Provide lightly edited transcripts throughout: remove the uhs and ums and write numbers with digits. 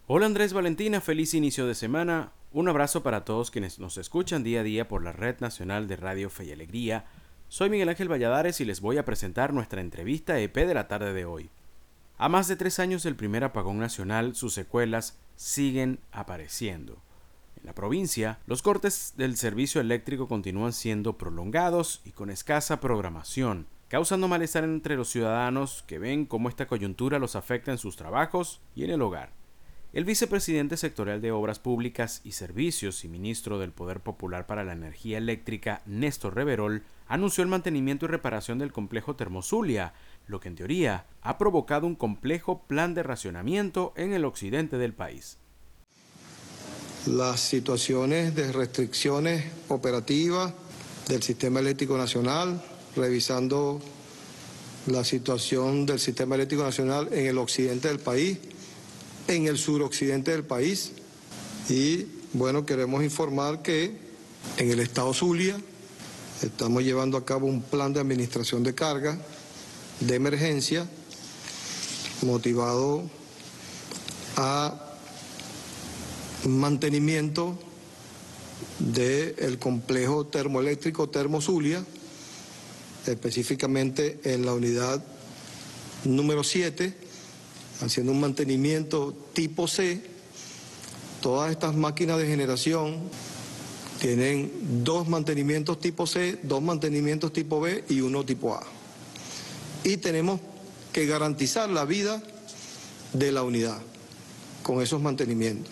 Hola Andrés Valentina, feliz inicio de semana. Un abrazo para todos quienes nos escuchan día a día por la Red Nacional de Radio Fe y Alegría. Soy Miguel Ángel Valladares y les voy a presentar nuestra entrevista EP de la tarde de hoy. A más de 3 años del primer apagón nacional, sus secuelas siguen apareciendo. En la provincia, los cortes del servicio eléctrico continúan siendo prolongados y con escasa programación, causando malestar entre los ciudadanos que ven cómo esta coyuntura los afecta en sus trabajos y en el hogar. El vicepresidente sectorial de Obras Públicas y Servicios y ministro del Poder Popular para la Energía Eléctrica, Néstor Reverol, anunció el mantenimiento y reparación del complejo Termozulia, lo que en teoría ha provocado un complejo plan de racionamiento en el occidente del país. Las situaciones de restricciones operativas del Sistema Eléctrico Nacional, revisando la situación del Sistema Eléctrico Nacional en el occidente del país, en el suroccidente del país. Y bueno, queremos informar que en el estado Zulia estamos llevando a cabo un plan de administración de carga de emergencia motivado a mantenimiento del complejo termoeléctrico Termozulia, específicamente en la unidad número 7, haciendo un mantenimiento tipo C. Todas estas máquinas de generación tienen 2 mantenimientos tipo C, 2 mantenimientos tipo B y 1 tipo A. Y tenemos que garantizar la vida de la unidad con esos mantenimientos.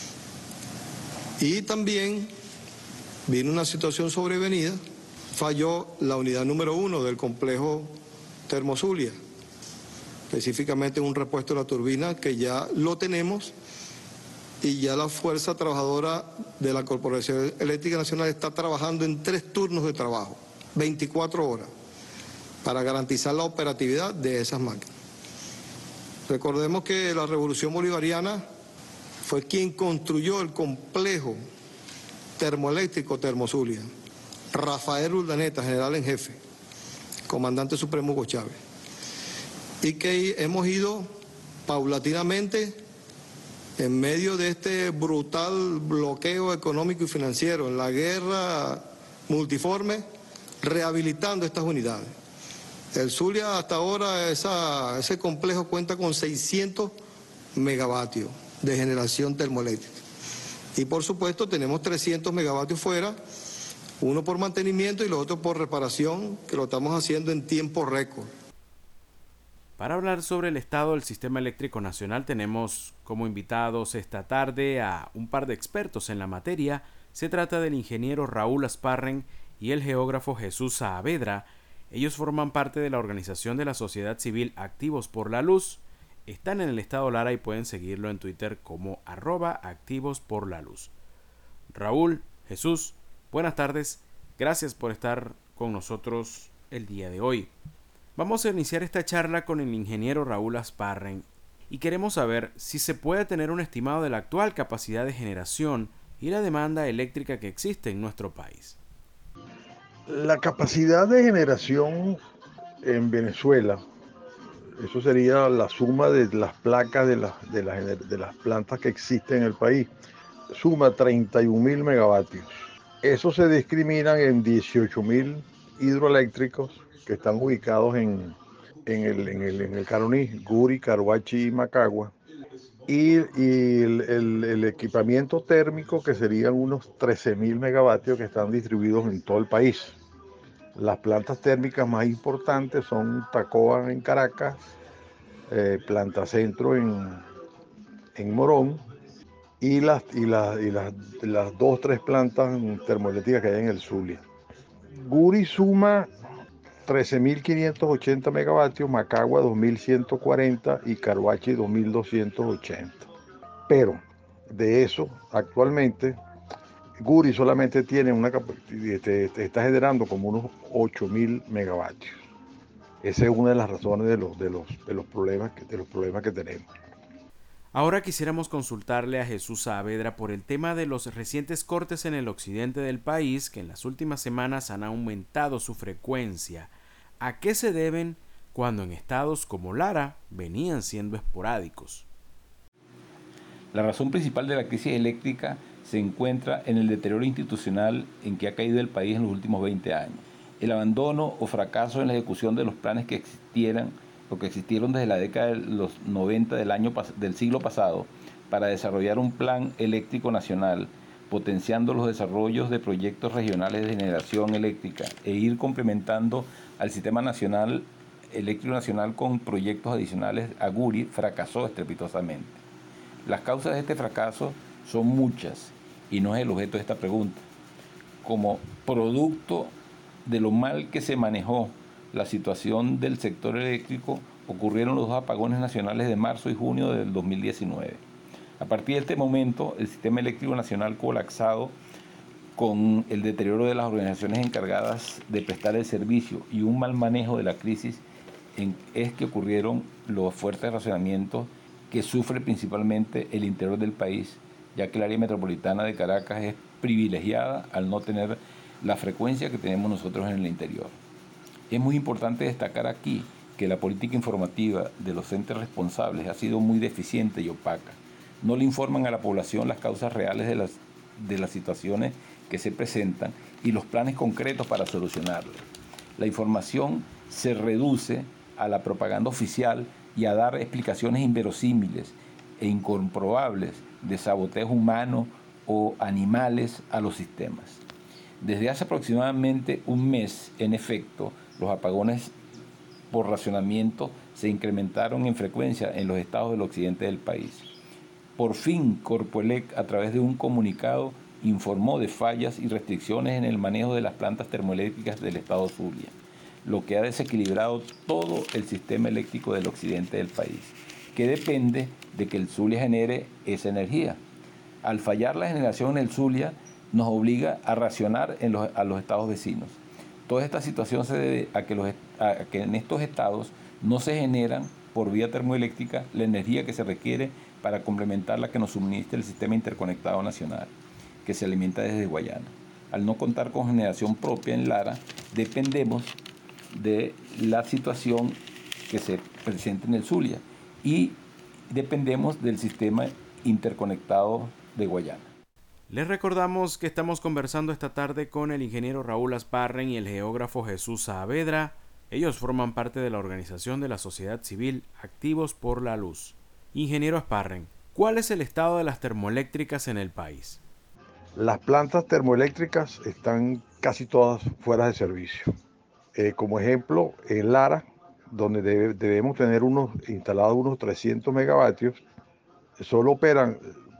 Y también vino una situación sobrevenida, falló la unidad número 1 del complejo Termozulia, específicamente un repuesto de la turbina que ya lo tenemos y ya la fuerza trabajadora de la Corporación Eléctrica Nacional está trabajando en 3 turnos de trabajo, 24 horas, para garantizar la operatividad de esas máquinas. Recordemos que la Revolución Bolivariana fue quien construyó el complejo termoeléctrico Termozulia. Rafael Urdaneta, general en jefe, comandante supremo Hugo Chávez. Y que hemos ido paulatinamente, en medio de este brutal bloqueo económico y financiero, en la guerra multiforme, rehabilitando estas unidades. El Zulia hasta ahora, ese complejo cuenta con 600 megavatios de generación termoeléctrica. Y por supuesto tenemos 300 megavatios fuera, uno por mantenimiento y los otros por reparación, que lo estamos haciendo en tiempo récord. Para hablar sobre el estado del Sistema Eléctrico Nacional tenemos como invitados esta tarde a un par de expertos en la materia. Se trata del ingeniero Raúl Asparren y el geógrafo Jesús Saavedra. Ellos forman parte de la organización de la sociedad civil Activos por la Luz. Están en el estado Lara y pueden seguirlo en Twitter como @activosporlaluz. Raúl, Jesús, buenas tardes. Gracias por estar con nosotros el día de hoy. Vamos a iniciar esta charla con el ingeniero Raúl Asparren y queremos saber si se puede tener un estimado de la actual capacidad de generación y la demanda eléctrica que existe en nuestro país. La capacidad de generación en Venezuela, eso sería la suma de las placas de las plantas que existen en el país, suma 31.000 megavatios. Eso se discriminan en 18.000 hidroeléctricos que están ubicados en el Caroní, Guri, Caruachi y Macagua. Y el equipamiento térmico, que serían unos 13.000 megavatios que están distribuidos en todo el país. Las plantas térmicas más importantes son Tacoa en Caracas, Planta Centro en Morón y las 2-3 plantas termoeléctricas que hay en el Zulia. Guri suma 13.580 megavatios, Macagua 2.140 y Caruachi 2.280. Pero de eso, actualmente, Guri solamente tiene está generando como unos 8.000 megavatios. Esa es una de las razones de los problemas que tenemos. Ahora quisiéramos consultarle a Jesús Saavedra por el tema de los recientes cortes en el occidente del país que en las últimas semanas han aumentado su frecuencia. ¿A qué se deben cuando en estados como Lara venían siendo esporádicos? La razón principal de la crisis eléctrica se encuentra en el deterioro institucional en que ha caído el país en los últimos 20 años. El abandono o fracaso en la ejecución de los planes que existieron desde la década de los 90 del siglo pasado para desarrollar un plan eléctrico nacional, potenciando los desarrollos de proyectos regionales de generación eléctrica e ir complementando al sistema nacional eléctrico nacional con proyectos adicionales a GURI, fracasó estrepitosamente. Las causas de este fracaso son muchas y no es el objeto de esta pregunta. Como producto de lo mal que se manejó la situación del sector eléctrico, ocurrieron los dos apagones nacionales de marzo y junio del 2019. A partir de este momento, el sistema eléctrico nacional colapsado con el deterioro de las organizaciones encargadas de prestar el servicio y un mal manejo de la crisis es que ocurrieron los fuertes racionamientos que sufre principalmente el interior del país, ya que el área metropolitana de Caracas es privilegiada al no tener la frecuencia que tenemos nosotros en el interior. Es muy importante destacar aquí que la política informativa de los entes responsables ha sido muy deficiente y opaca. No le informan a la población las causas reales de las situaciones que se presentan y los planes concretos para solucionarlas. La información se reduce a la propaganda oficial y a dar explicaciones inverosímiles e incomprobables de saboteos humanos o animales a los sistemas. Desde hace aproximadamente un mes, en efecto, los apagones por racionamiento se incrementaron en frecuencia en los estados del occidente del país. Por fin, Corpoelec, a través de un comunicado, informó de fallas y restricciones en el manejo de las plantas termoeléctricas del estado Zulia, lo que ha desequilibrado todo el sistema eléctrico del occidente del país, que depende de que el Zulia genere esa energía. Al fallar la generación en el Zulia, nos obliga a racionar a los estados vecinos. Toda esta situación se debe a que en estos estados no se generan por vía termoeléctrica la energía que se requiere para complementar la que nos suministra el sistema interconectado nacional, que se alimenta desde Guayana. Al no contar con generación propia en Lara, dependemos de la situación que se presenta en el Zulia y dependemos del sistema interconectado de Guayana. Les recordamos que estamos conversando esta tarde con el ingeniero Raúl Asparren y el geógrafo Jesús Saavedra. Ellos forman parte de la organización de la sociedad civil Activos por la Luz. Ingeniero Asparren, ¿cuál es el estado de las termoeléctricas en el país? Las plantas termoeléctricas están casi todas fuera de servicio. Como ejemplo, en Lara, donde debemos tener instalados unos 300 megavatios, solo operan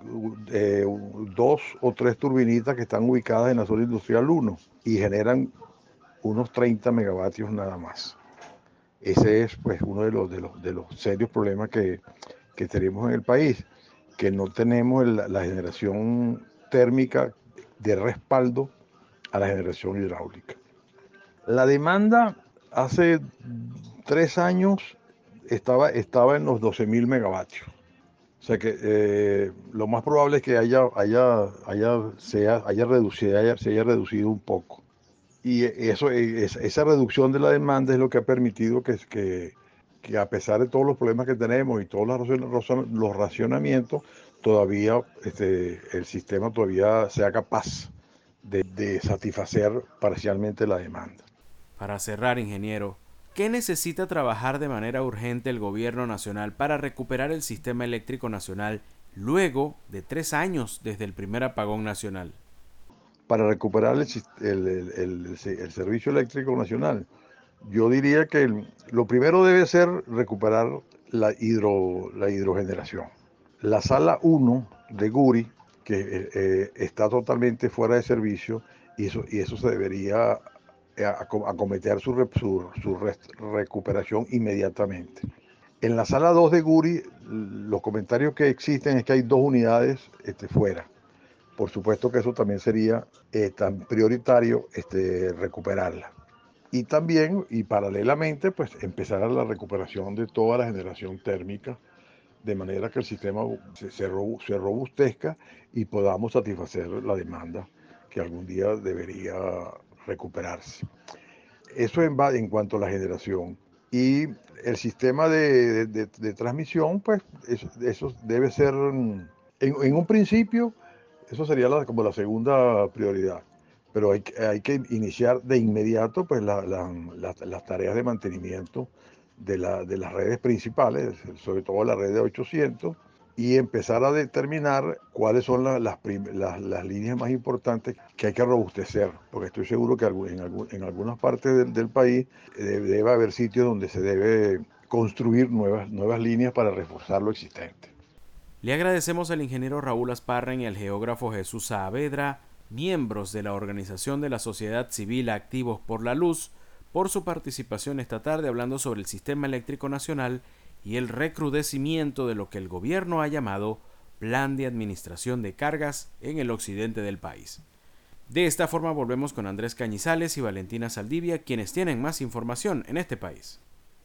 2 o 3 turbinitas que están ubicadas en la zona industrial 1 y generan unos 30 megavatios nada más. Ese es pues uno de los serios problemas que tenemos en el país, que no tenemos la generación térmica de respaldo a la generación hidráulica. La demanda hace 3 años estaba en los 12.000 megavatios. O sea que lo más probable es que se haya reducido un poco. Y esa reducción de la demanda es lo que ha permitido que a pesar de todos los problemas que tenemos y todos los racionamientos, todavía el sistema todavía sea capaz de satisfacer parcialmente la demanda. Para cerrar, ingeniero, ¿qué necesita trabajar de manera urgente el gobierno nacional para recuperar el sistema eléctrico nacional luego de 3 años desde el primer apagón nacional? Para recuperar el servicio eléctrico nacional, yo diría que lo primero debe ser recuperar la hidrogeneración. La sala 1 de Guri, que está totalmente fuera de servicio, y eso se debería acometer su recuperación inmediatamente. En la sala 2 de Guri, los comentarios que existen es que hay 2 unidades fuera. Por supuesto que eso también sería tan prioritario recuperarla. Y también, y paralelamente, pues empezar a la recuperación de toda la generación térmica, de manera que el sistema se robustezca y podamos satisfacer la demanda que algún día debería recuperarse. Eso en cuanto a la generación. Y el sistema de transmisión, pues eso debe ser En un principio, eso sería como la segunda prioridad, pero hay que iniciar de inmediato pues, las tareas de mantenimiento de las redes principales, sobre todo la red de 800, y empezar a determinar cuáles son las líneas más importantes que hay que robustecer, porque estoy seguro que en algunas partes del país debe haber sitios donde se debe construir nuevas líneas para reforzar lo existente. Le agradecemos al ingeniero Raúl Asparren y al geógrafo Jesús Saavedra, miembros de la Organización de la Sociedad Civil Activos por la Luz, por su participación esta tarde hablando sobre el Sistema Eléctrico Nacional y el recrudecimiento de lo que el gobierno ha llamado Plan de Administración de Cargas en el occidente del país. De esta forma volvemos con Andrés Cañizales y Valentina Saldivia, quienes tienen más información en este país.